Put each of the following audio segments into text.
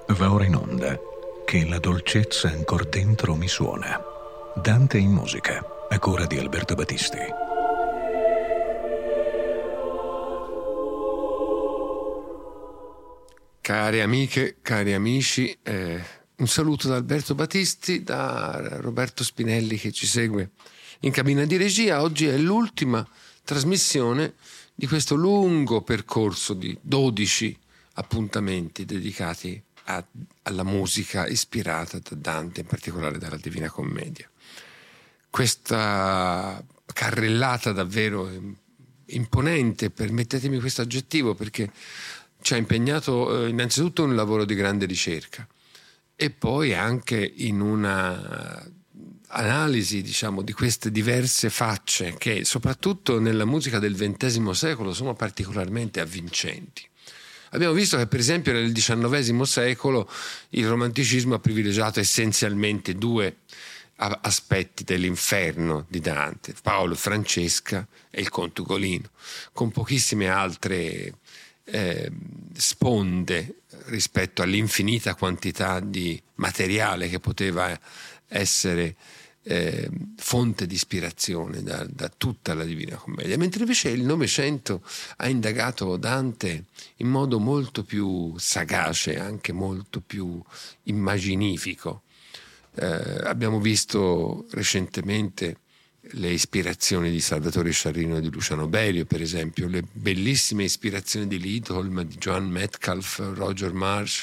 Va ora in onda Che la dolcezza ancor dentro mi suona. Dante in musica, a cura di Alberto Battisti. Care amiche, cari amici, un saluto da Alberto Battisti, da Roberto Spinelli che ci segue in cabina di regia. Oggi è l'ultima trasmissione di questo lungo percorso di 12 appuntamenti dedicati alla musica ispirata da Dante, in particolare dalla Divina Commedia. Questa carrellata davvero imponente, permettetemi questo aggettivo, perché ci ha impegnato innanzitutto in un lavoro di grande ricerca e poi anche in una analisi, diciamo, di queste diverse facce che soprattutto nella musica del XX secolo sono particolarmente avvincenti. Abbiamo visto che per esempio nel XIX secolo il romanticismo ha privilegiato essenzialmente due aspetti dell'inferno di Dante: Paolo e Francesca e il Conte Ugolino, con pochissime altre sponde rispetto all'infinita quantità di materiale che poteva essere fonte di ispirazione da tutta la Divina Commedia, mentre invece il Novecento ha indagato Dante in modo molto più sagace, anche molto più immaginifico. Abbiamo visto recentemente le ispirazioni di Salvatore Sciarrino e di Luciano Berio, per esempio, le bellissime ispirazioni di Lidholm, di Joan Metcalf, Roger Marsh,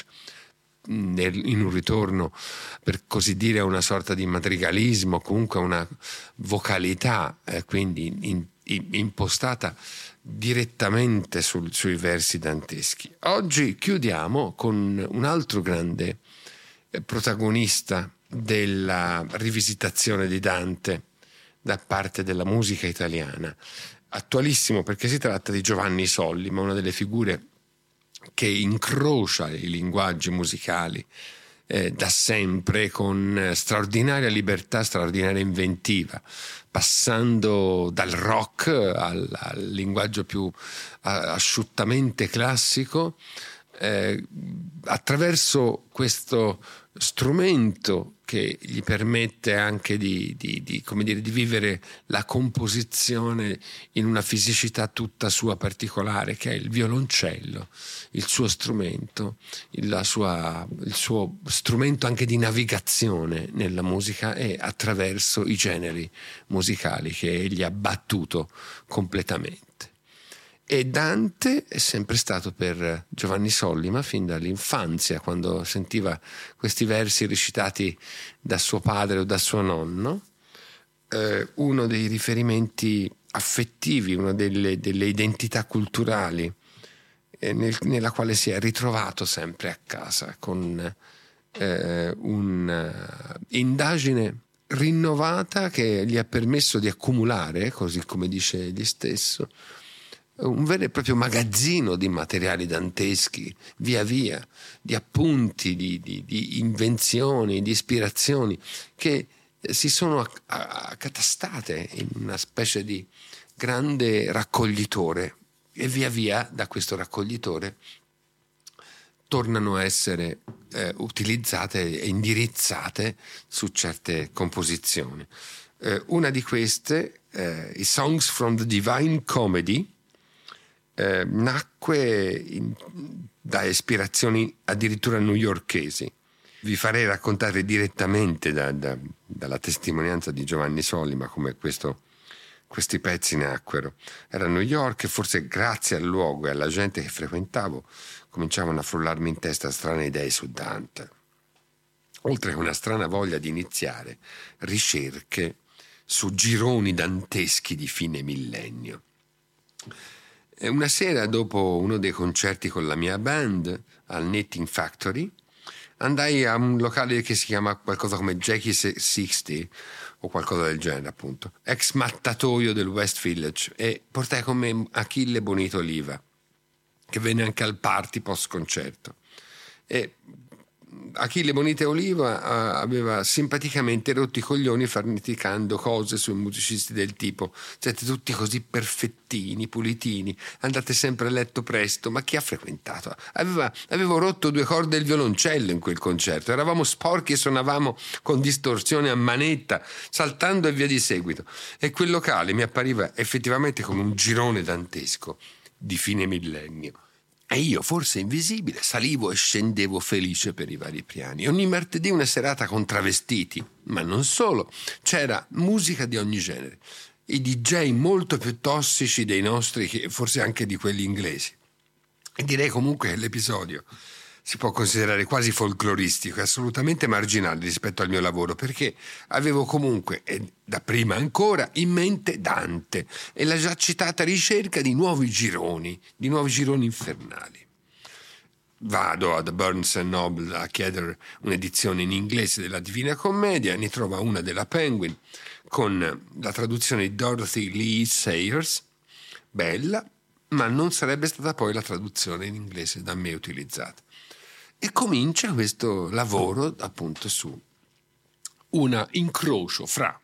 in un ritorno, per così dire, a una sorta di madrigalismo, comunque a una vocalità quindi impostata direttamente sui versi danteschi. Oggi chiudiamo con un altro grande protagonista della rivisitazione di Dante da parte della musica italiana, attualissimo perché si tratta di Giovanni Sollima, una delle figure che incrocia i linguaggi musicali da sempre, con straordinaria libertà, straordinaria inventiva, passando dal rock al linguaggio più asciuttamente classico, attraverso questo strumento che gli permette anche di vivere la composizione in una fisicità tutta sua particolare, che è il violoncello, il suo strumento, il suo strumento anche di navigazione nella musica e attraverso i generi musicali che egli ha battuto completamente. E Dante è sempre stato per Giovanni Sollima, fin dall'infanzia, quando sentiva questi versi recitati da suo padre o da suo nonno, uno dei riferimenti affettivi, una delle identità culturali nella quale si è ritrovato sempre a casa, con un'indagine rinnovata che gli ha permesso di accumulare, così come dice egli stesso, un vero e proprio magazzino di materiali danteschi, via via, di appunti, di invenzioni, di ispirazioni che si sono accatastate in una specie di grande raccoglitore, e via via da questo raccoglitore tornano a essere utilizzate e indirizzate su certe composizioni. Una di queste, i Songs from the Divine Comedy, nacque da ispirazioni addirittura newyorkesi. Vi farei raccontare direttamente dalla testimonianza di Giovanni Sollima come questi pezzi nacquero. Era a New York e forse grazie al luogo e alla gente che frequentavo cominciavano a frullarmi in testa strane idee su Dante, oltre che una strana voglia di iniziare ricerche su gironi danteschi di fine millennio. Una sera, dopo uno dei concerti con la mia band al Knitting Factory, andai a un locale che si chiama qualcosa come Jackie 60 o qualcosa del genere, appunto, ex mattatoio del West Village, e portai con me Achille Bonito Oliva, che venne anche al party post concerto. E Achille Bonite Oliva aveva simpaticamente rotto i coglioni farneticando cose sui musicisti del tipo: siete tutti così perfettini, pulitini, andate sempre a letto presto. Ma chi ha frequentato? Avevo rotto 2 corde del violoncello in quel concerto, eravamo sporchi e suonavamo con distorsione a manetta, saltando e via di seguito, e quel locale mi appariva effettivamente come un girone dantesco di fine millennio. E io, forse invisibile, salivo e scendevo felice per i vari piani. Ogni martedì una serata con travestiti, ma non solo. C'era musica di ogni genere. I DJ molto più tossici dei nostri, che forse anche di quelli inglesi. E direi comunque che l'episodio si può considerare quasi folcloristico e assolutamente marginale rispetto al mio lavoro, perché avevo comunque, e da prima ancora, in mente Dante e la già citata ricerca di nuovi gironi infernali. Vado ad Barnes & Noble a chiedere un'edizione in inglese della Divina Commedia, ne trova una della Penguin con la traduzione di Dorothy Lee Sayers, bella, ma non sarebbe stata poi la traduzione in inglese da me utilizzata. E comincia questo lavoro appunto su un incrocio fra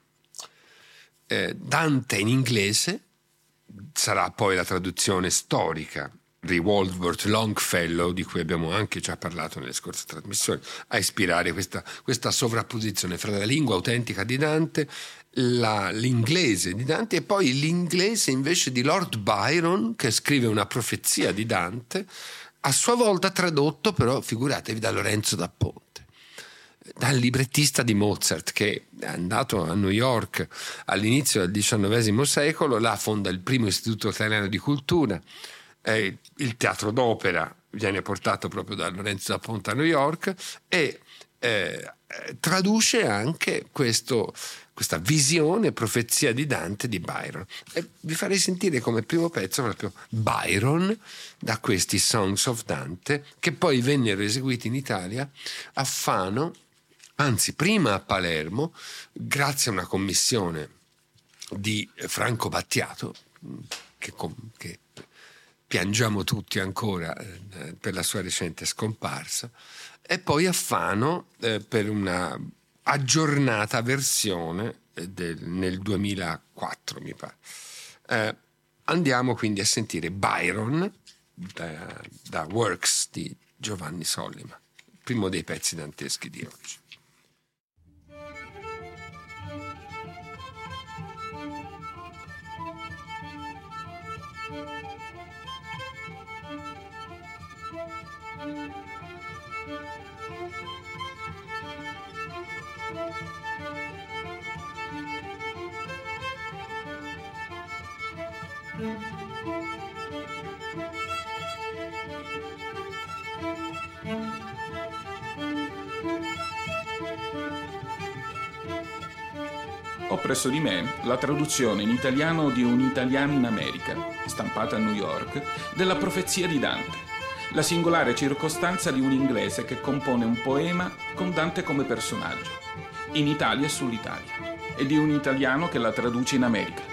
Dante in inglese, sarà poi la traduzione storica di Wordsworth Longfellow, di cui abbiamo anche già parlato nelle scorse trasmissioni, a ispirare questa sovrapposizione fra la lingua autentica di Dante, l'inglese di Dante, e poi l'inglese invece di Lord Byron, che scrive una profezia di Dante, a sua volta tradotto però, figuratevi, da Lorenzo da Ponte, dal librettista di Mozart, che è andato a New York all'inizio del XIX secolo, là fonda il primo istituto italiano di cultura, il teatro d'opera viene portato proprio da Lorenzo da Ponte a New York, e traduce anche questa visione, profezia di Dante di Byron. E vi farei sentire come primo pezzo proprio Byron da questi Songs of Dante, che poi vennero eseguiti in Italia a Fano, anzi prima a Palermo, grazie a una commissione di Franco Battiato, che piangiamo tutti ancora per la sua recente scomparsa, e poi a Fano per una aggiornata versione nel 2004, mi pare. Andiamo quindi a sentire Byron da Works di Giovanni Sollima, il primo dei pezzi danteschi di oggi. Ho presso di me la traduzione in italiano di Un italiano in America, stampata a New York, della profezia di Dante, la singolare circostanza di un inglese che compone un poema con Dante come personaggio, in Italia e sull'Italia, e di un italiano che la traduce in America.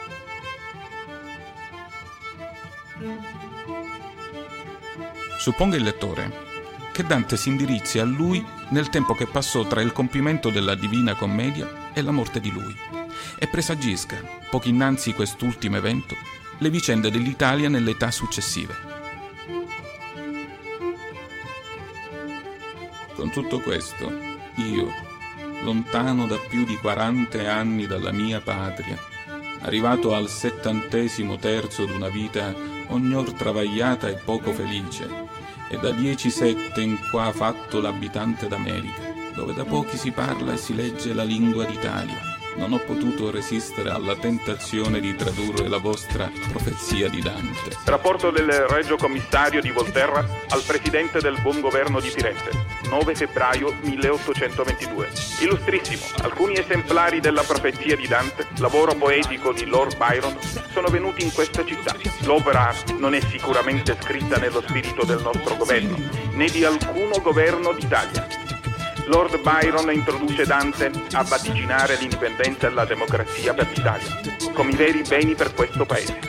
Supponga il lettore che Dante si indirizzi a lui nel tempo che passò tra il compimento della Divina Commedia e la morte di lui, e presagisca, poco innanzi quest'ultimo evento, le vicende dell'Italia nelle età successive. Con tutto questo, io, lontano da più di 40 anni dalla mia patria, arrivato al 70° terzo d'una vita ognor travagliata e poco felice, e da 17 in qua fatto l'abitante d'America, dove da pochi si parla e si legge la lingua d'Italia, non ho potuto resistere alla tentazione di tradurre la vostra profezia di Dante. Rapporto del Regio Commissario di Volterra al Presidente del Buon Governo di Firenze, 9 febbraio 1822. Illustrissimo, alcuni esemplari della profezia di Dante, lavoro poetico di Lord Byron, sono venuti in questa città. L'opera non è sicuramente scritta nello spirito del nostro governo, né di alcuno governo d'Italia. Lord Byron introduce Dante a vaticinare l'indipendenza e la democrazia per l'Italia, come i veri beni per questo paese.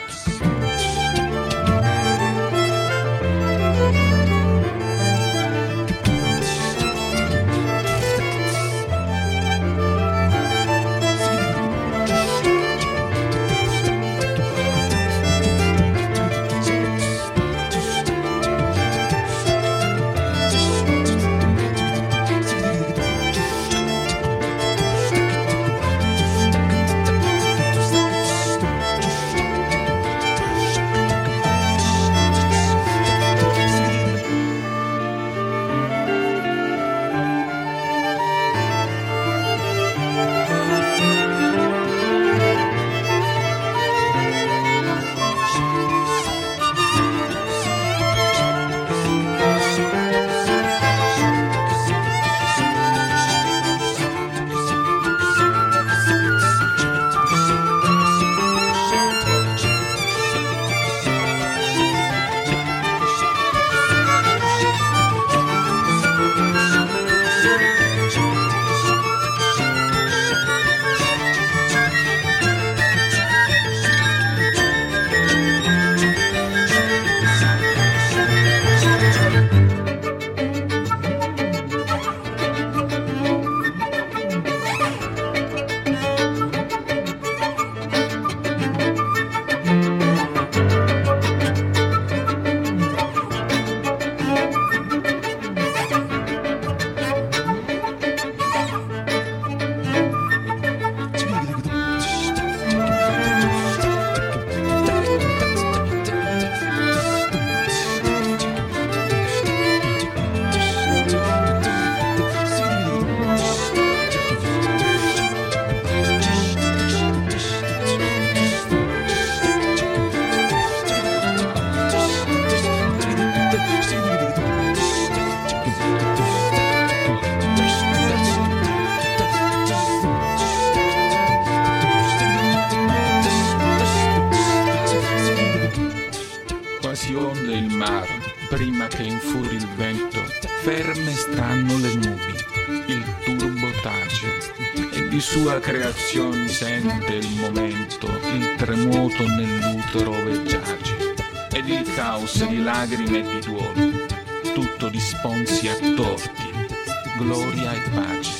finestra hanno le nubi, il turbo tace e di sua creazione sente il momento, il tremoto nell'utero ove giace, ed il caos di lacrime e di duolo, tutto di sponsi attorti, gloria e pace.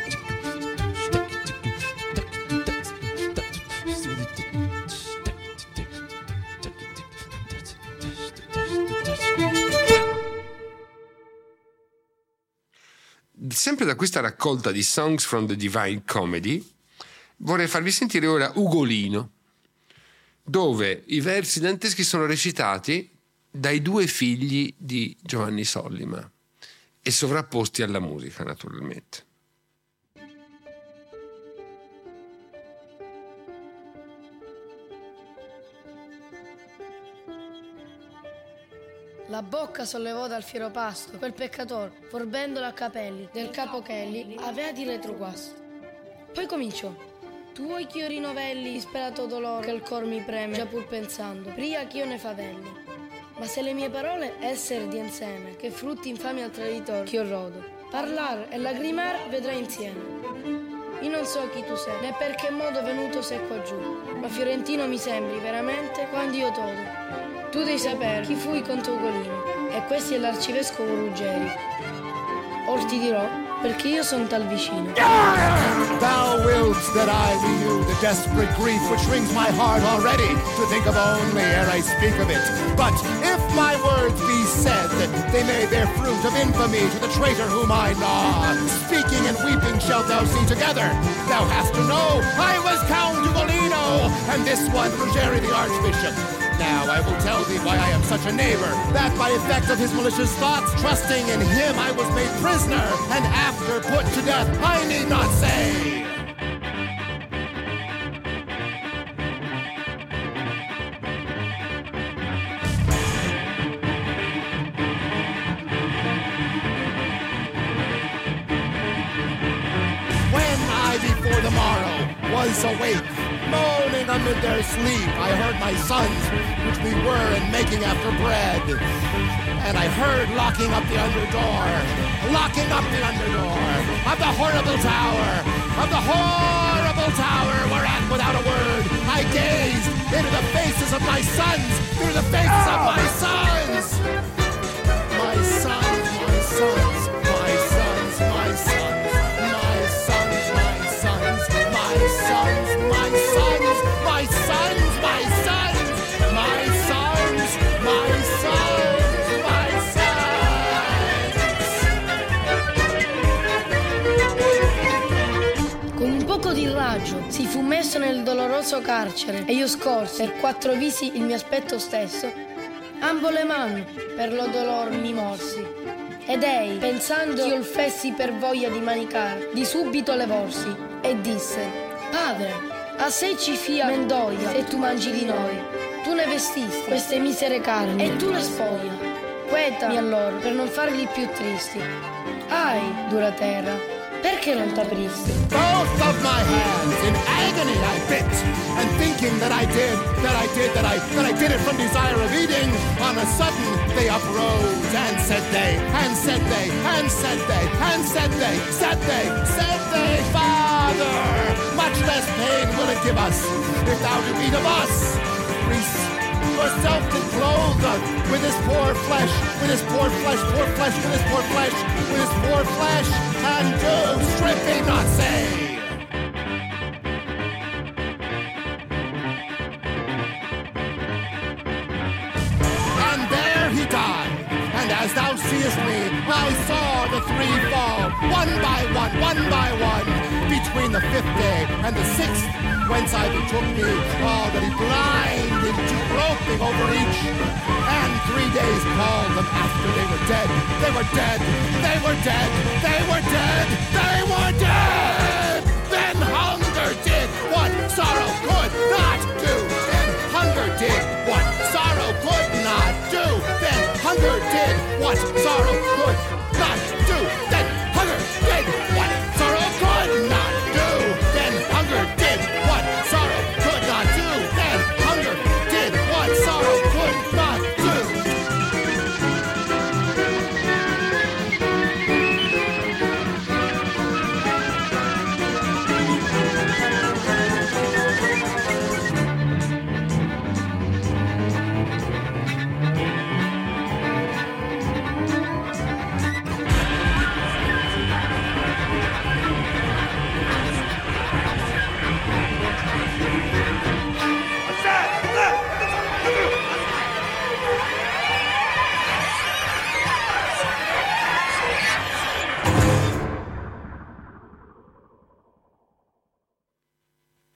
Sempre da questa raccolta di Songs from the Divine Comedy vorrei farvi sentire ora Ugolino, dove i versi danteschi sono recitati dai due figli di Giovanni Sollima e sovrapposti alla musica, naturalmente. La bocca sollevò dal fiero pasto quel peccator, forbendolo a capelli, del capo ch'egli avea di retroguasto. Poi cominciò: tuoi chiori novelli, disperato dolore, che il cor mi preme, già pur pensando, pria ch'io ne favelli. Ma se le mie parole esser di insieme, che frutti infami al traditor ch'io rodo, parlar e lagrimar vedrai insieme. Io non so chi tu sei, né per che modo venuto sei qua giù, ma fiorentino mi sembri veramente quando io todo. Tu devi sapere chi fui contro Ugolino, e questo è l'arcivescovo Ruggeri. Or ti dirò, perché io son tal vicino. Thou willst that I renew the desperate grief which wrings my heart already to think of only ere I speak of it. But if my words be said, they may bear fruit of infamy to the traitor whom I gnaw. Speaking and weeping shalt thou see together. Thou hast to know I was Count Ugolino, and this one Ruggeri the Archbishop. Now I will tell thee why I am such a neighbor, that by effect of his malicious thoughts, trusting in him I was made prisoner, and after put to death, I need not say. When I before the morrow was awake, moaning amid their sleep, I heard my sons, which we were in making after bread. And I heard locking up the under door of the horrible tower, whereat without a word I gazed into the faces of my sons, into the faces of my sons. My sons, my sons, my sons, my sons, my sons, my sons, my sons, my sons, my sons, my sons, my sons, my sons, my sons. Con un poco di raggio si fu messo nel doloroso carcere e io scorsi per 4 visi il mio aspetto stesso. Ambo le mani per lo dolor mi morsi. Ed ei, pensando io il fessi per voglia di manicar, di subito le volsi e disse: Padre, a sé ci fia mendoia se tu mangi di noi. Tu ne vestisti queste misere carni e tu le spoglia. Quetami allora per non farli più tristi. Ahi, dura terra, perché non t'apristi? Both of my hands in agony I bit, and thinking that I did it from desire of eating, on a sudden they uprose, and said they, Father, much less pain will it give us if thou do eat of us. Yourself did clothe us with his poor flesh, and do strip me not say. And there he died, and as thou seest me, I saw the 3 fall, one by one, between the 5th day and the 6th, whence I betook me, already blind into groping over each. And 3 days called them after they were dead. Then hunger did what sorrow could not do. Then hunger did what sorrow could not do. Then hunger did what sorrow could not do. Then hunger did what sorrow could not do. Then hunger did what sorrow could not do. Then hunger did what sorrow could not do.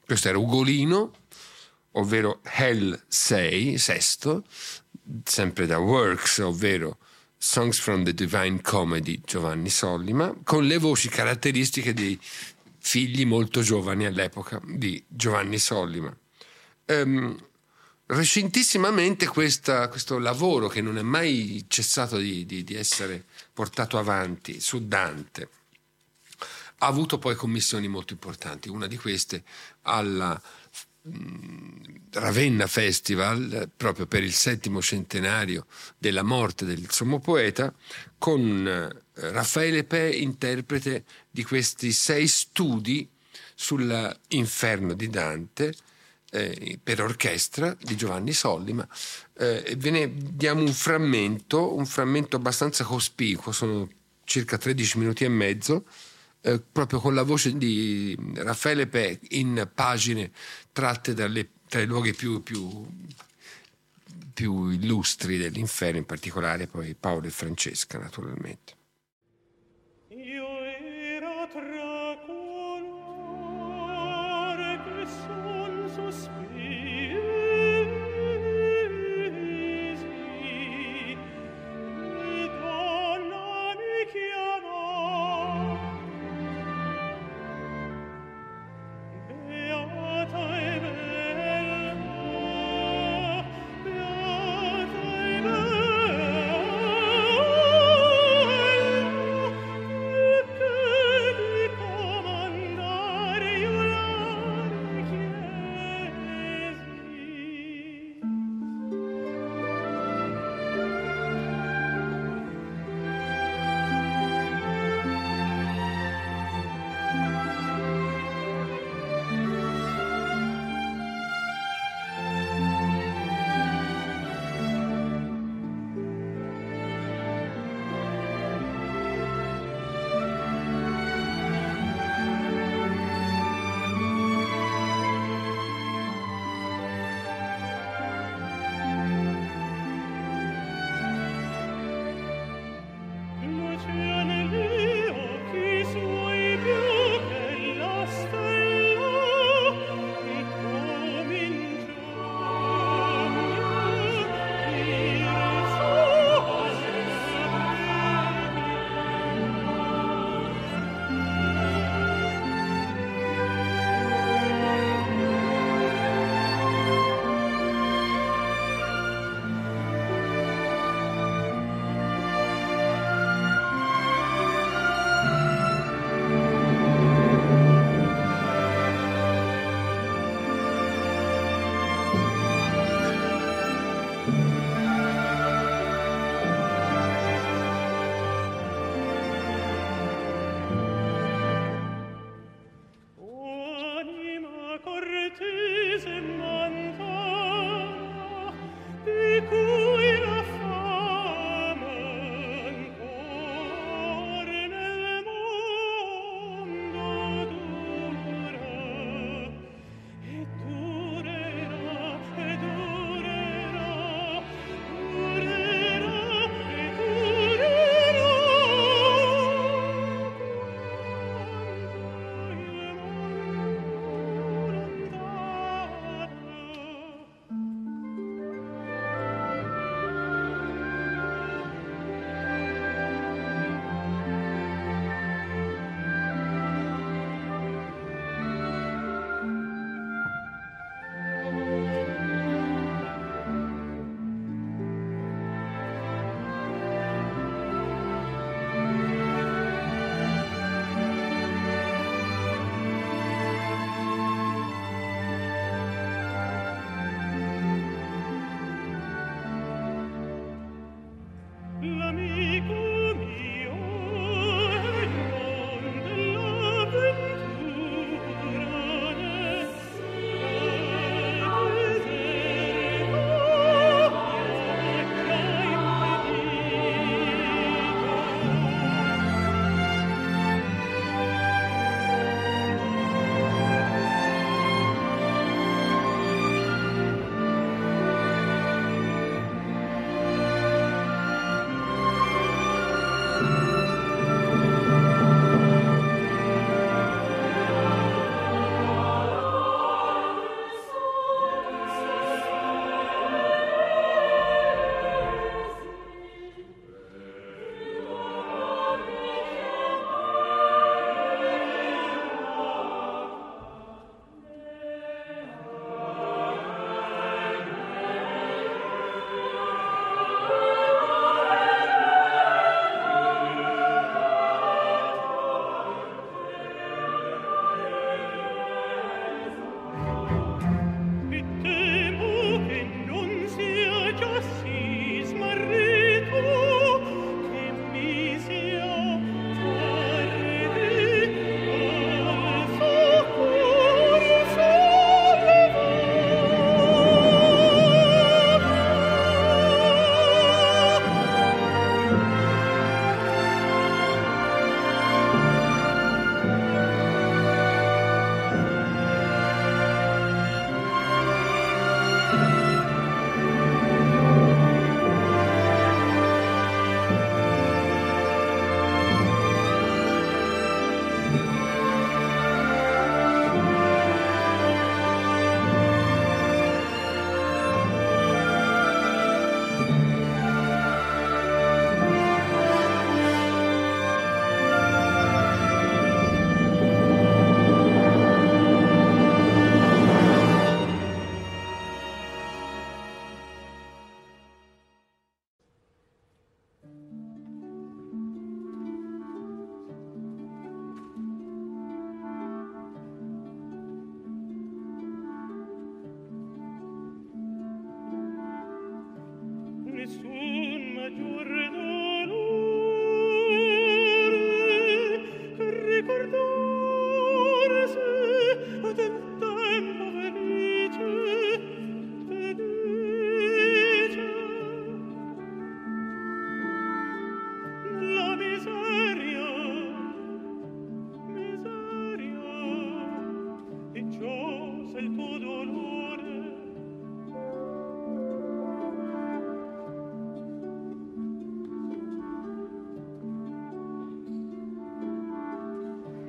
Questo era Ugolino, ovvero Hell 6, sesto, sempre da Works, ovvero Songs from the Divine Comedy, Giovanni Sollima, con le voci caratteristiche dei figli molto giovani all'epoca di Giovanni Sollima. Recentissimamente questo lavoro, che non è mai cessato di essere portato avanti su Dante, ha avuto poi commissioni molto importanti. Una di queste alla Ravenna Festival, proprio per il 7° centenario della morte del sommo poeta, con Raffaele Pe interprete di questi 6 studi sull'Inferno di Dante, per orchestra di Giovanni Sollima. Ve ne diamo un frammento abbastanza cospicuo, sono circa 13 minuti e mezzo, proprio con la voce di Raffaele Pe, in pagine tratte tra i luoghi più illustri dell'Inferno, in particolare poi Paolo e Francesca, naturalmente. Io ero tra coloro che son sospesi, e donna mi chiamò, beata e bella, beata e bella.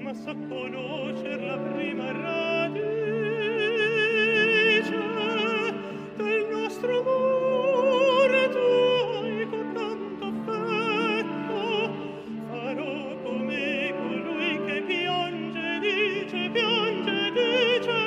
ma sa conoscer la prima radice del nostro amore. Tu hai con tanto affetto, farò come colui che piange, dice, piange, dice.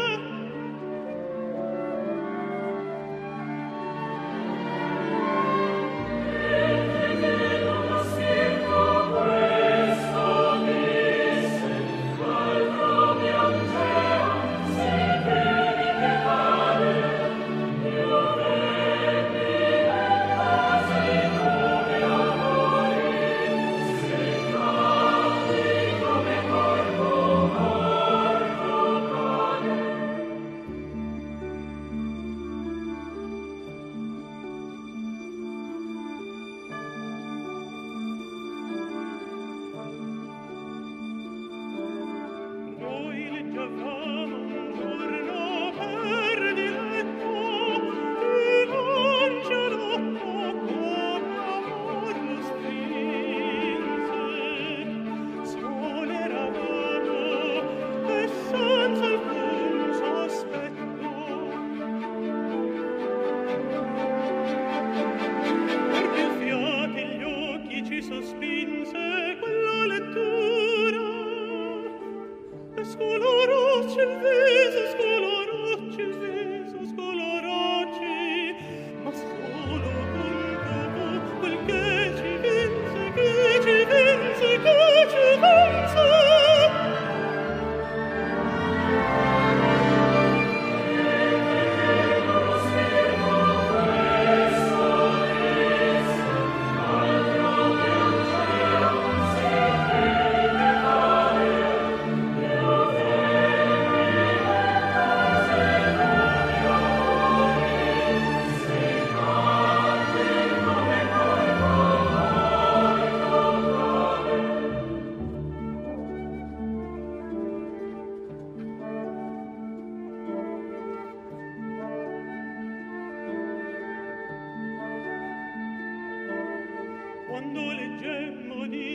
Quando leggemmo di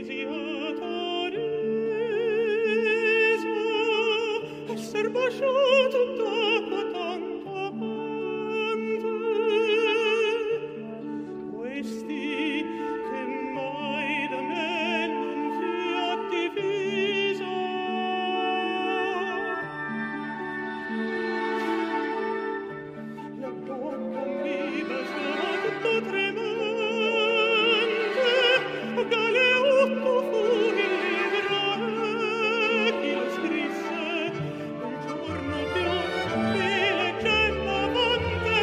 Siatariso esser basciato dopo tanto amante, questi che mai da me non si ha diviso, la bocca mi baciò tutto tremante. Galeotto fu il libro e chi lo scrisse un giorno più mi leggemmo amante.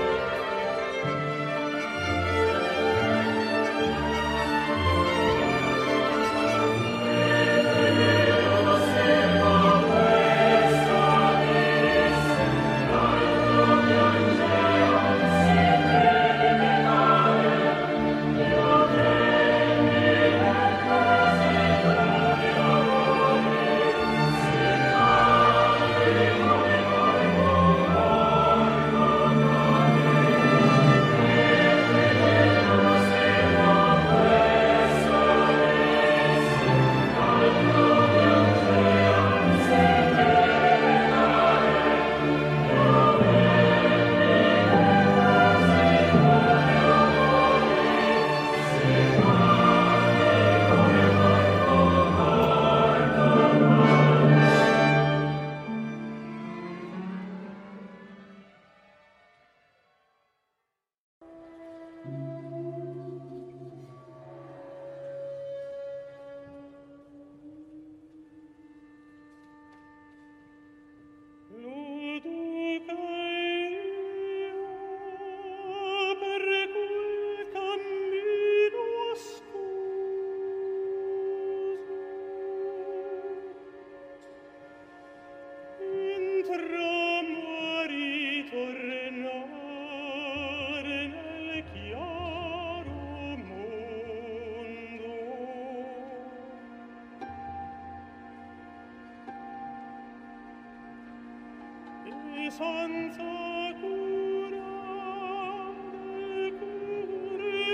Senza cura del cuore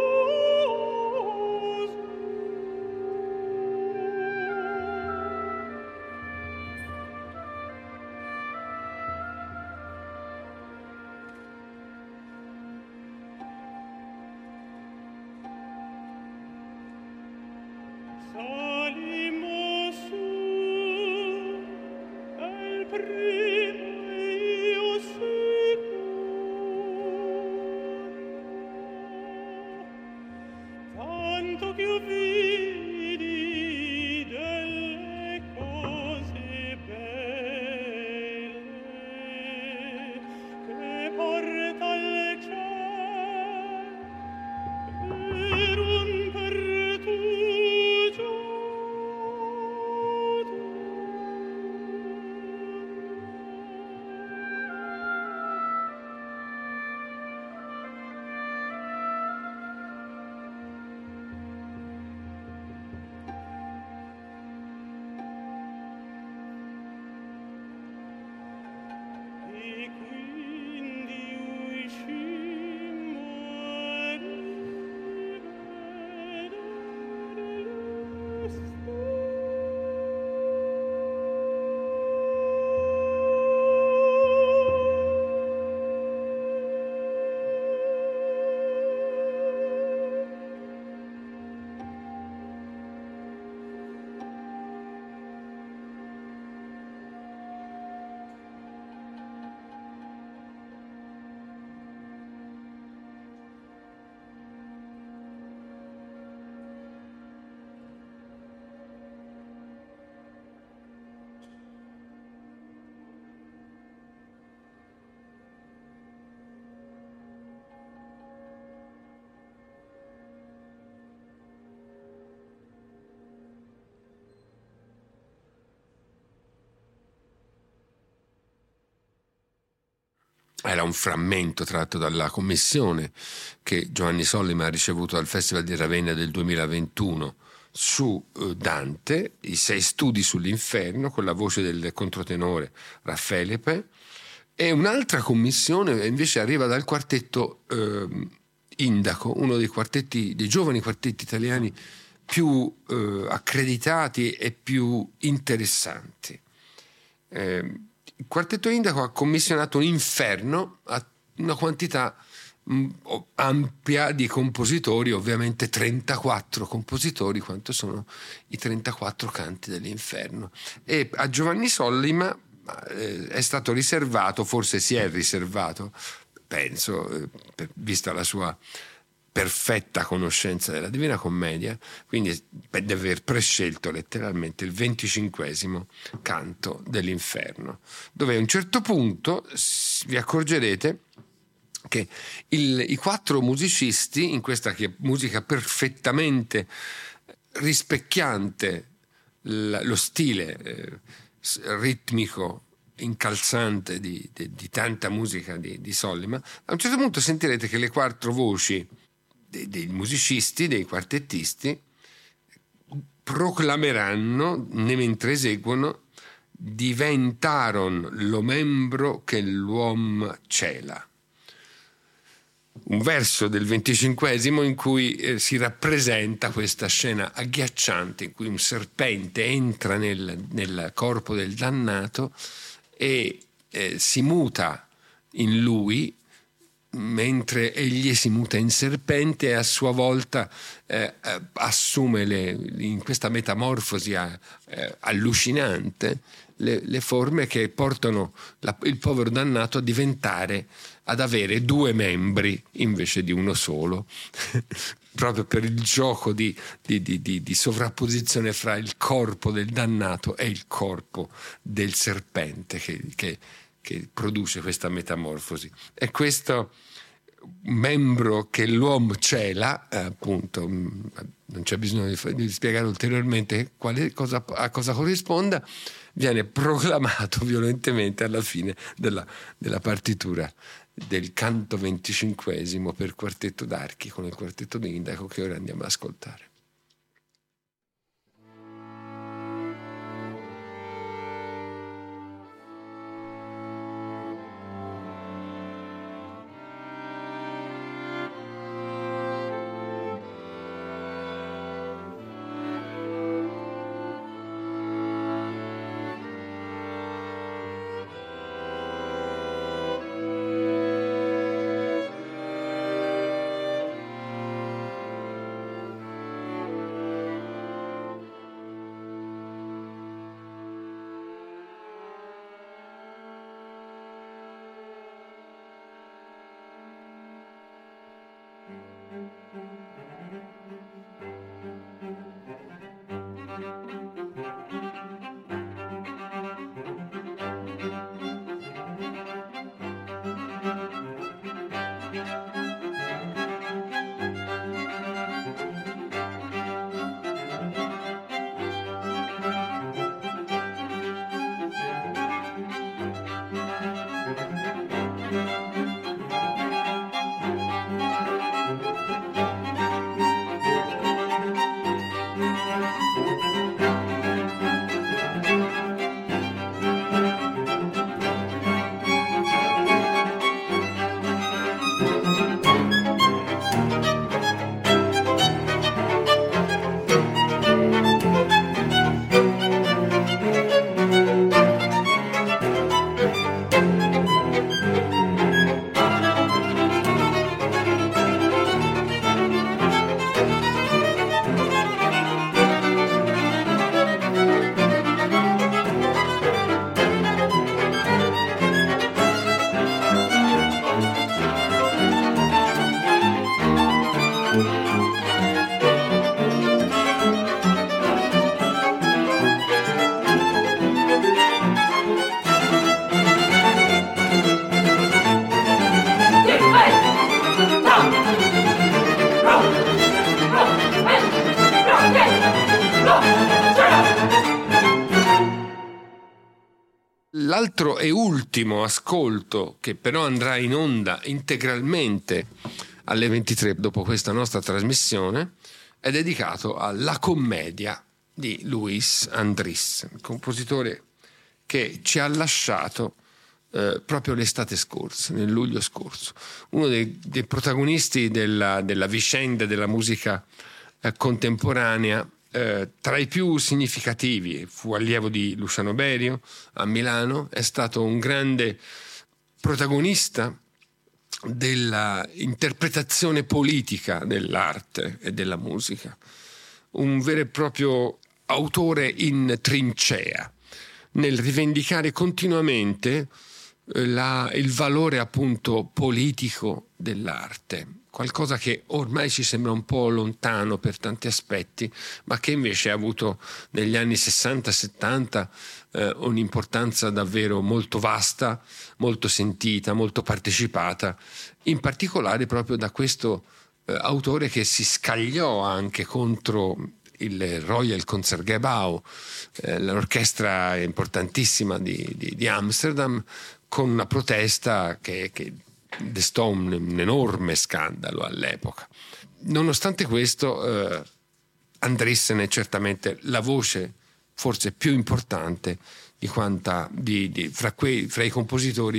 poso, era un frammento tratto dalla commissione che Giovanni Sollima ha ricevuto al Festival di Ravenna del 2021 su Dante, i 6 studi sull'inferno, con la voce del controtenore Raffelepe, e un'altra commissione invece arriva dal quartetto Indaco, uno dei giovani quartetti italiani più accreditati e più interessanti. Il quartetto Indaco ha commissionato un inferno a una quantità ampia di compositori, ovviamente 34 compositori, quanto sono i 34 canti dell'inferno, e a Giovanni Sollima è stato riservato, forse si è riservato, penso, vista la sua perfetta conoscenza della Divina Commedia, quindi deve aver prescelto letteralmente il 25° canto dell'inferno, dove a un certo punto vi accorgerete che i 4 musicisti, in questa che musica perfettamente rispecchiante lo stile ritmico incalzante di tanta musica di Sollima, a un certo punto sentirete che le 4 voci dei musicisti, dei quartettisti, proclameranno mentre eseguono: diventaron lo membro che l'uom cela. Un verso del 25° in cui si rappresenta questa scena agghiacciante in cui un serpente entra nel corpo del dannato e si muta in lui, mentre egli si muta in serpente, e a sua volta assume in questa metamorfosi allucinante le forme che portano il povero dannato ad avere 2 membri invece di uno solo, proprio per il gioco di sovrapposizione fra il corpo del dannato e il corpo del serpente che produce questa metamorfosi. E questo membro che l'uomo cela, appunto, non c'è bisogno di spiegare ulteriormente a cosa corrisponda, viene proclamato violentemente alla fine della partitura del canto 25° per quartetto d'archi con il quartetto d'Indaco, che ora andiamo ad ascoltare. L'altro e ultimo ascolto, che però andrà in onda integralmente alle 23 dopo questa nostra trasmissione, è dedicato alla commedia di Louis Andriessen, compositore che ci ha lasciato proprio l'estate scorsa, nel luglio scorso, uno dei protagonisti della vicenda della musica contemporanea, tra i più significativi. Fu allievo di Luciano Berio a Milano, è stato un grande protagonista della interpretazione politica dell'arte e della musica, un vero e proprio autore in trincea, nel rivendicare continuamente il valore appunto politico dell'arte, qualcosa che ormai ci sembra un po' lontano per tanti aspetti, ma che invece ha avuto negli anni 60-70 un'importanza davvero molto vasta, molto sentita, molto partecipata, in particolare proprio da questo autore che si scagliò anche contro il Royal Concertgebouw, l'orchestra importantissima di Amsterdam, con una protesta che destò un enorme scandalo all'epoca. Nonostante questo, Andriessen è certamente la voce forse più importante fra i compositori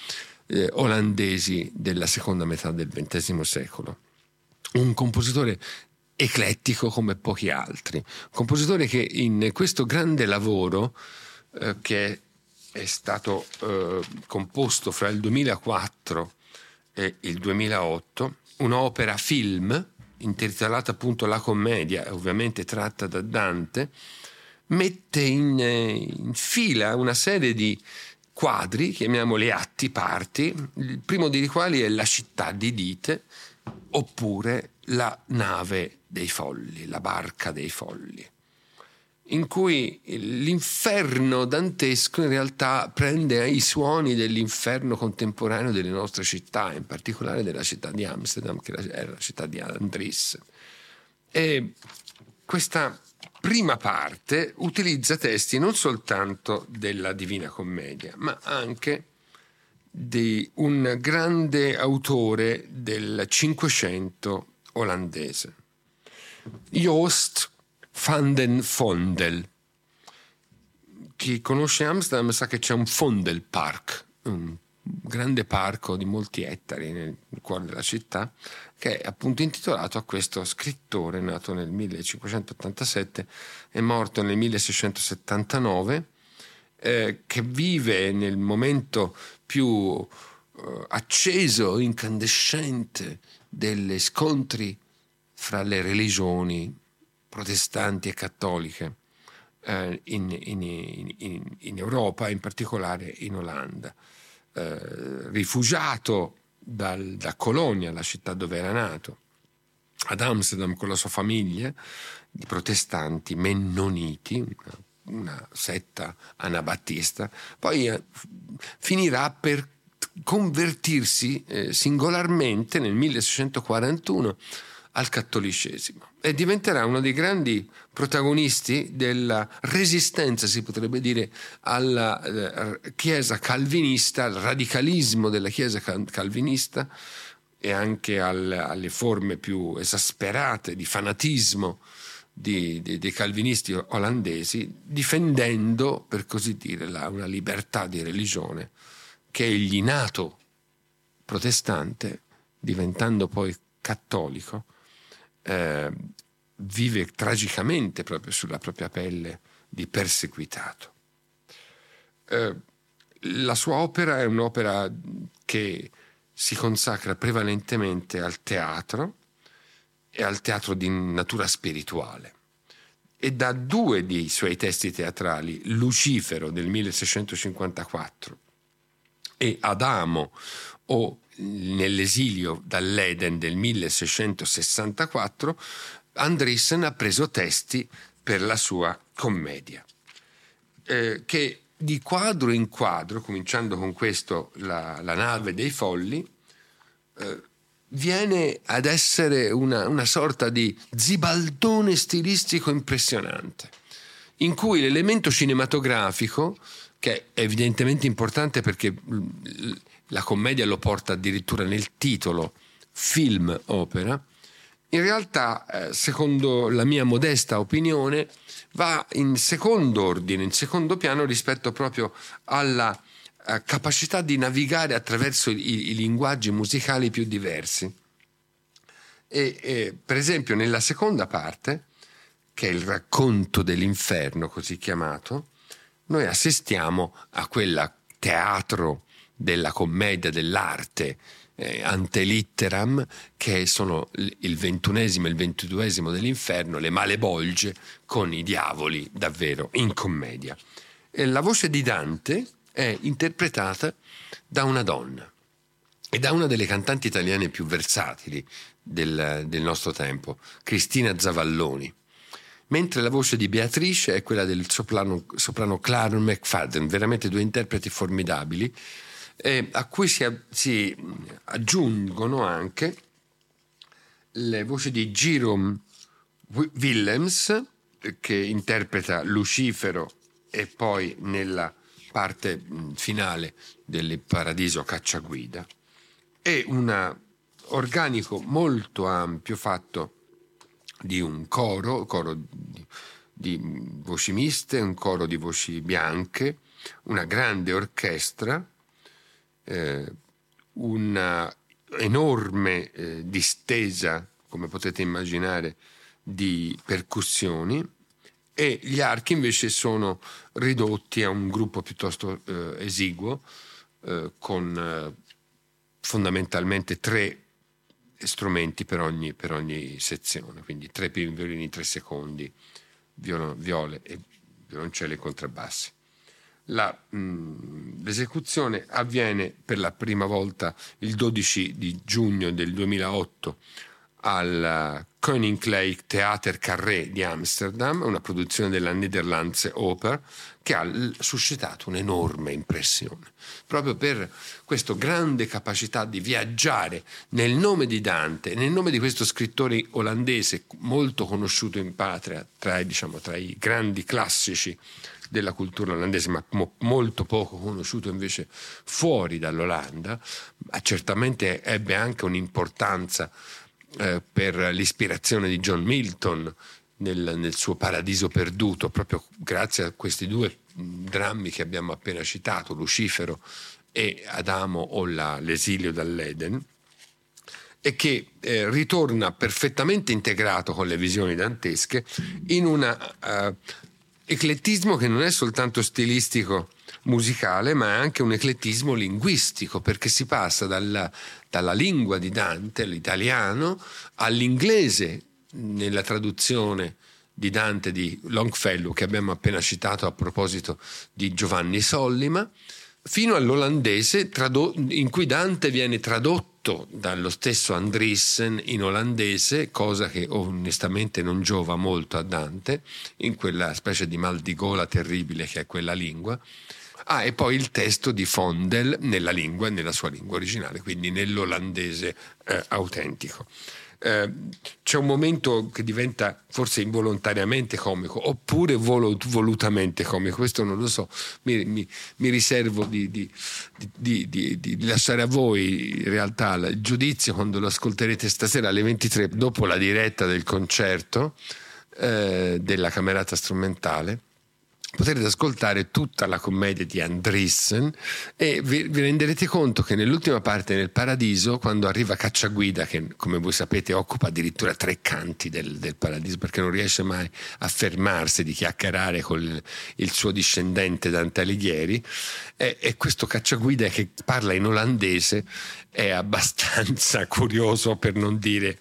olandesi della seconda metà del XX secolo. Un compositore eclettico come pochi altri, un compositore che in questo grande lavoro che è stato composto fra il 2004 e il 2008, un'opera film intitolata appunto La commedia, ovviamente tratta da Dante, mette in fila una serie di quadri, chiamiamoli atti, parti, il primo dei quali è La città di Dite, oppure La nave dei folli, la barca dei folli, in cui l'inferno dantesco in realtà prende i suoni dell'inferno contemporaneo delle nostre città, in particolare della città di Amsterdam, che era la città di Andriessen. E questa prima parte utilizza testi non soltanto della Divina Commedia, ma anche di un grande autore del Cinquecento olandese, Joost van den Vondel. Chi conosce Amsterdam sa che c'è un Vondelpark, un grande parco di molti ettari nel cuore della città, che è appunto intitolato a questo scrittore nato nel 1587 e morto nel 1679, che vive nel momento più acceso, incandescente degli scontri fra le religioni protestanti e cattoliche in Europa, in particolare in Olanda. Rifugiato da Colonia, la città dove era nato, ad Amsterdam con la sua famiglia di protestanti mennoniti, una setta anabattista, poi finirà per convertirsi singolarmente nel 1641 al cattolicesimo e diventerà uno dei grandi protagonisti della resistenza, si potrebbe dire, alla Chiesa calvinista, al radicalismo della Chiesa calvinista e anche alle forme più esasperate di fanatismo dei calvinisti olandesi, difendendo, per così dire, una libertà di religione che egli, nato protestante, diventando poi cattolico, vive tragicamente proprio sulla propria pelle di perseguitato. La sua opera è un'opera che si consacra prevalentemente al teatro e al teatro di natura spirituale, e da due dei suoi testi teatrali, Lucifero del 1654 e Adamo o Nell'esilio dall'Eden del 1664, Andriessen ha preso testi per la sua commedia, che di quadro in quadro, cominciando con questo, la nave dei folli, viene ad essere una sorta di zibaldone stilistico impressionante, in cui l'elemento cinematografico, che è evidentemente importante perché la commedia lo porta addirittura nel titolo film opera, in realtà, secondo la mia modesta opinione, va in secondo ordine, in secondo piano rispetto proprio alla capacità di navigare attraverso i linguaggi musicali più diversi. E per esempio nella seconda parte, che è il racconto dell'inferno così chiamato, noi assistiamo a quel teatro della commedia dell'arte ante litteram, che sono il 21esimo e il 22esimo dell'inferno, le malebolge con i diavoli davvero in commedia. E la voce di Dante è interpretata da una donna e da una delle cantanti italiane più versatili del nostro tempo, Cristina Zavalloni, mentre la voce di Beatrice è quella del soprano Clara McFadden, veramente due interpreti formidabili, a cui si aggiungono anche le voci di Jerome Willems, che interpreta Lucifero, e poi nella parte finale del Paradiso Cacciaguida, e un organico molto ampio fatto di un coro di voci miste, un coro di voci bianche, una grande orchestra, una enorme distesa, come potete immaginare, di percussioni, e gli archi invece sono ridotti a un gruppo piuttosto esiguo, con fondamentalmente 3 strumenti per ogni sezione, quindi 3 primi violini, 3 secondi, viole e violoncello e contrabbassi. L'esecuzione avviene per la prima volta il 12 di giugno del 2008 al Koninklijk Theater Carré di Amsterdam, una produzione della Nederlandse Oper, che ha suscitato un'enorme impressione, proprio per questa grande capacità di viaggiare nel nome di Dante, nel nome di questo scrittore olandese molto conosciuto in patria, tra i grandi classici della cultura olandese, ma molto poco conosciuto invece fuori dall'Olanda. Certamente ebbe anche un'importanza per l'ispirazione di John Milton nel suo Paradiso perduto, proprio grazie a questi 2 drammi che abbiamo appena citato, Lucifero e Adamo o l'esilio dall'Eden, e che ritorna perfettamente integrato con le visioni dantesche in un eclettismo che non è soltanto stilistico musicale, ma è anche un eclettismo linguistico, perché si passa dalla lingua di Dante, l'italiano, all'inglese nella traduzione di Dante di Longfellow, che abbiamo appena citato a proposito di Giovanni Sollima, fino all'olandese, in cui Dante viene tradotto dallo stesso Andriessen in olandese, cosa che onestamente non giova molto a Dante, in quella specie di mal di gola terribile che è quella lingua. E poi il testo di Vondel nella sua lingua originale, quindi nell'olandese autentico. C'è un momento che diventa forse involontariamente comico, oppure volutamente comico, questo non lo so, mi riservo di lasciare a voi in realtà il giudizio quando lo ascolterete stasera alle 23, dopo la diretta del concerto della Camerata Strumentale. Potrete ascoltare tutta la commedia di Andriessen e vi renderete conto che nell'ultima parte, nel Paradiso, quando arriva Cacciaguida, che come voi sapete occupa addirittura 3 canti del Paradiso, perché non riesce mai a fermarsi di chiacchierare con il suo discendente Dante Alighieri, e questo Cacciaguida che parla in olandese è abbastanza curioso, per non dire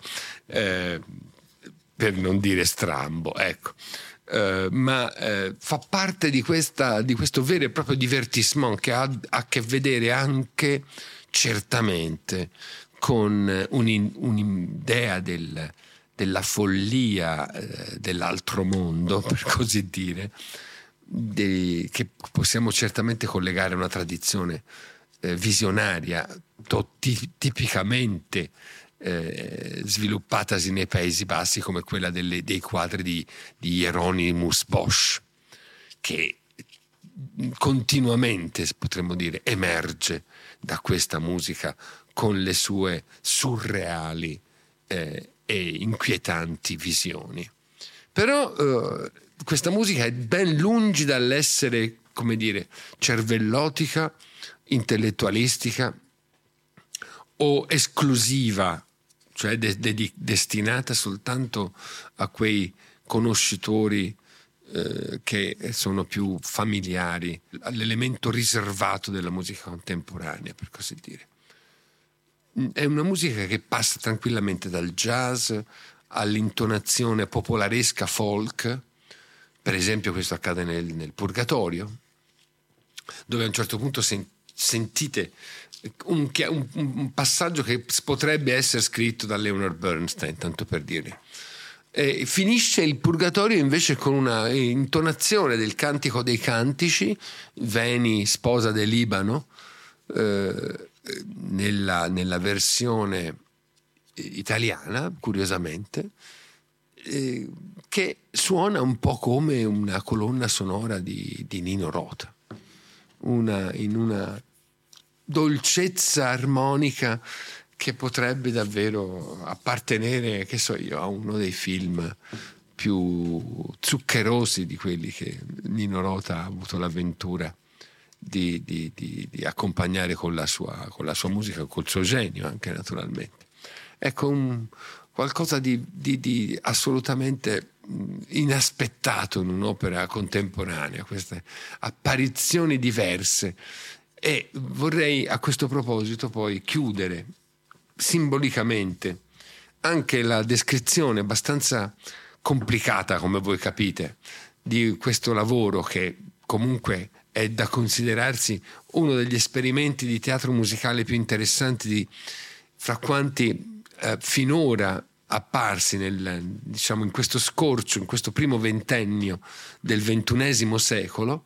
strambo, ecco. Ma fa parte di questo vero e proprio divertissement, che ha a che vedere anche certamente con un'idea della follia dell'altro mondo, per così dire, che possiamo certamente collegare a una tradizione visionaria tipicamente sviluppatasi nei Paesi Bassi, come quella dei quadri di Hieronymus Bosch, che continuamente, potremmo dire, emerge da questa musica con le sue surreali e inquietanti visioni. Però questa musica è ben lungi dall'essere, come dire, cervellotica, intellettualistica o esclusiva, cioè destinata soltanto a quei conoscitori che sono più familiari all'elemento riservato della musica contemporanea, per così dire. È una musica che passa tranquillamente dal jazz all'intonazione popolaresca folk. Per esempio questo accade nel Purgatorio, dove a un certo punto sentite un passaggio che potrebbe essere scritto da Leonard Bernstein, tanto per dire. Finisce il Purgatorio invece con una intonazione del Cantico dei Cantici, Veni sposa del Libano, nella versione italiana, curiosamente, che suona un po' come una colonna sonora di Nino Rota, in una dolcezza armonica che potrebbe davvero appartenere, che so io, a uno dei film più zuccherosi di quelli che Nino Rota ha avuto l'avventura di accompagnare con la sua musica, col suo genio anche, naturalmente. Ecco, qualcosa di assolutamente inaspettato in un'opera contemporanea, queste apparizioni diverse. E vorrei a questo proposito poi chiudere simbolicamente anche la descrizione abbastanza complicata, come voi capite, di questo lavoro, che comunque è da considerarsi uno degli esperimenti di teatro musicale più interessanti fra quanti finora apparsi in questo scorcio, in questo primo ventennio del XXI secolo.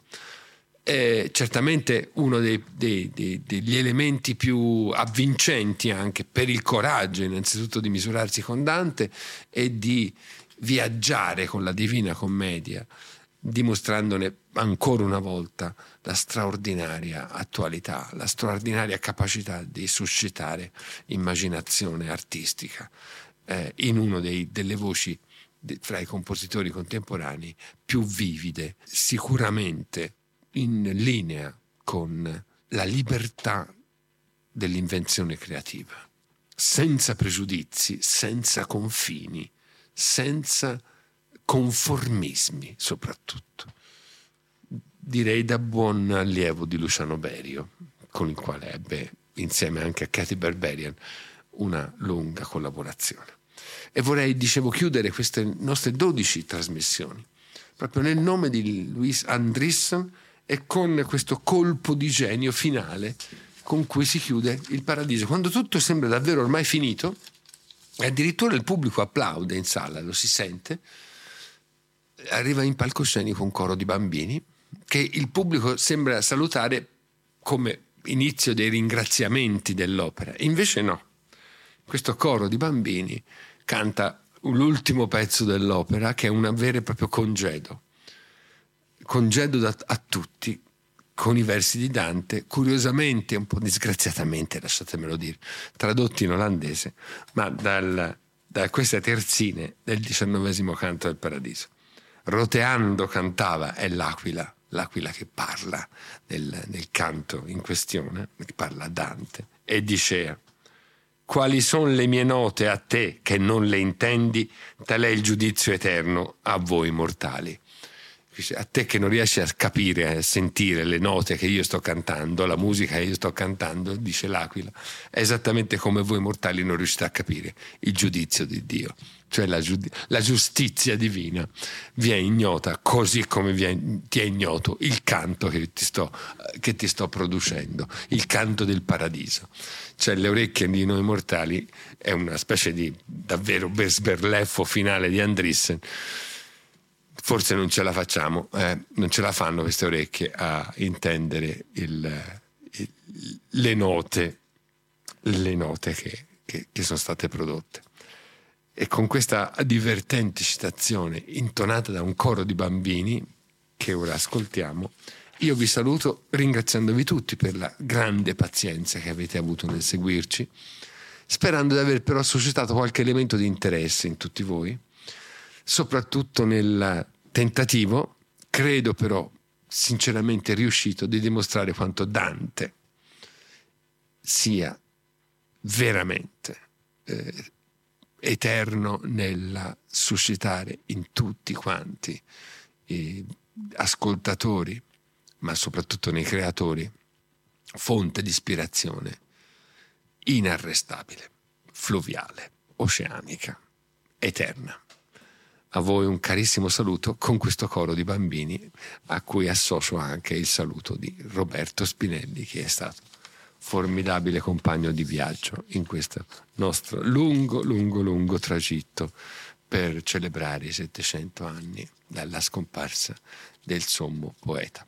Certamente uno degli elementi più avvincenti, anche per il coraggio innanzitutto di misurarsi con Dante e di viaggiare con la Divina Commedia, dimostrandone ancora una volta la straordinaria attualità, la straordinaria capacità di suscitare immaginazione artistica in uno delle voci fra i compositori contemporanei più vivide, sicuramente in linea con la libertà dell'invenzione creativa, senza pregiudizi, senza confini, senza conformismi soprattutto. Direi da buon allievo di Luciano Berio, con il quale ebbe, insieme anche a Katy Berberian, una lunga collaborazione. E vorrei, chiudere queste nostre 12 trasmissioni proprio nel nome di Louis Andriessen e con questo colpo di genio finale con cui si chiude il Paradiso, quando tutto sembra davvero ormai finito e addirittura il pubblico applaude in sala, lo si sente. Arriva in palcoscenico un coro di bambini che il pubblico sembra salutare come inizio dei ringraziamenti dell'opera, invece no, questo coro di bambini canta l'ultimo pezzo dell'opera, che è un vero e proprio congedo a tutti, con i versi di Dante, curiosamente, un po' disgraziatamente, lasciatemelo dire, tradotti in olandese, ma da queste terzine del 19° canto del Paradiso. Roteando cantava, è l'aquila che parla nel canto in questione, che parla a Dante, e dicea: quali son le mie note a te che non le intendi, tal è il giudizio eterno a voi mortali. A te che non riesci a capire, a sentire le note che io sto cantando, la musica che io sto cantando, dice l'aquila, è esattamente come voi mortali non riuscite a capire il giudizio di Dio, cioè la giustizia divina vi è ignota, così come ti è ignoto il canto che ti sto producendo, il canto del paradiso. Cioè le orecchie di noi mortali è una specie di davvero sberleffo finale di Andriessen. Forse non ce la facciamo, non ce la fanno queste orecchie a intendere le note che sono state prodotte. E con questa divertente citazione intonata da un coro di bambini, che ora ascoltiamo. Io vi saluto ringraziandovi tutti per la grande pazienza che avete avuto nel seguirci, sperando di aver però suscitato qualche elemento di interesse in tutti voi, soprattutto nel tentativo, credo però sinceramente riuscito, di dimostrare quanto Dante sia veramente eterno nel suscitare in tutti quanti ascoltatori, ma soprattutto nei creatori, fonte di ispirazione inarrestabile, fluviale, oceanica, eterna. A voi un carissimo saluto con questo coro di bambini, a cui associo anche il saluto di Roberto Spinelli, che è stato formidabile compagno di viaggio in questo nostro lungo tragitto per celebrare i 700 anni dalla scomparsa del sommo poeta.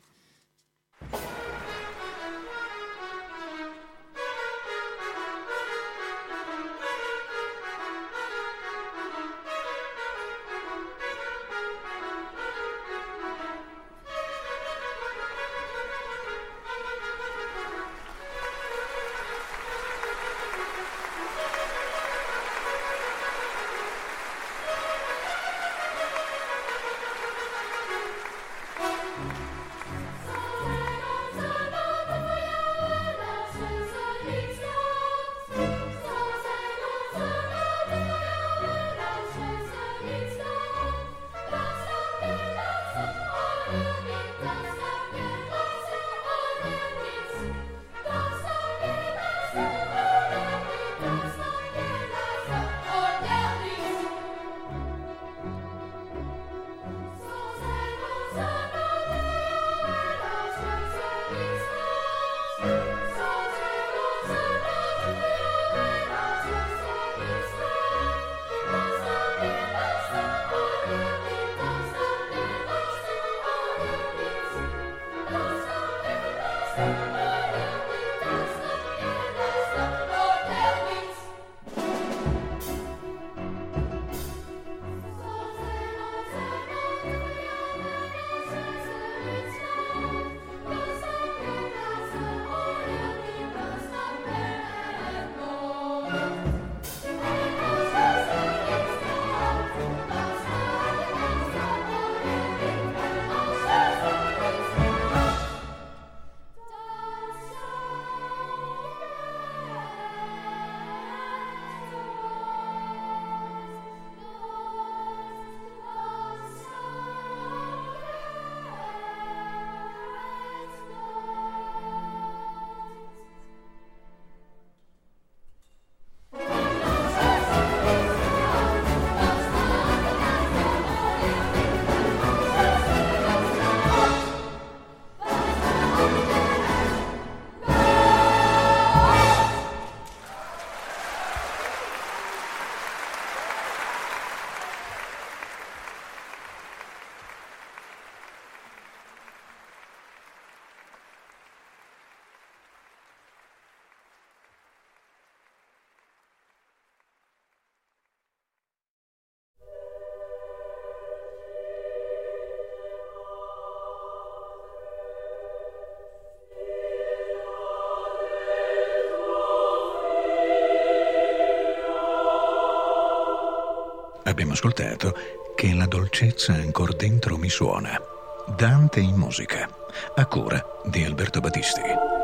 Abbiamo ascoltato Che la dolcezza ancor dentro mi suona, Dante in musica, a cura di Alberto Battisti.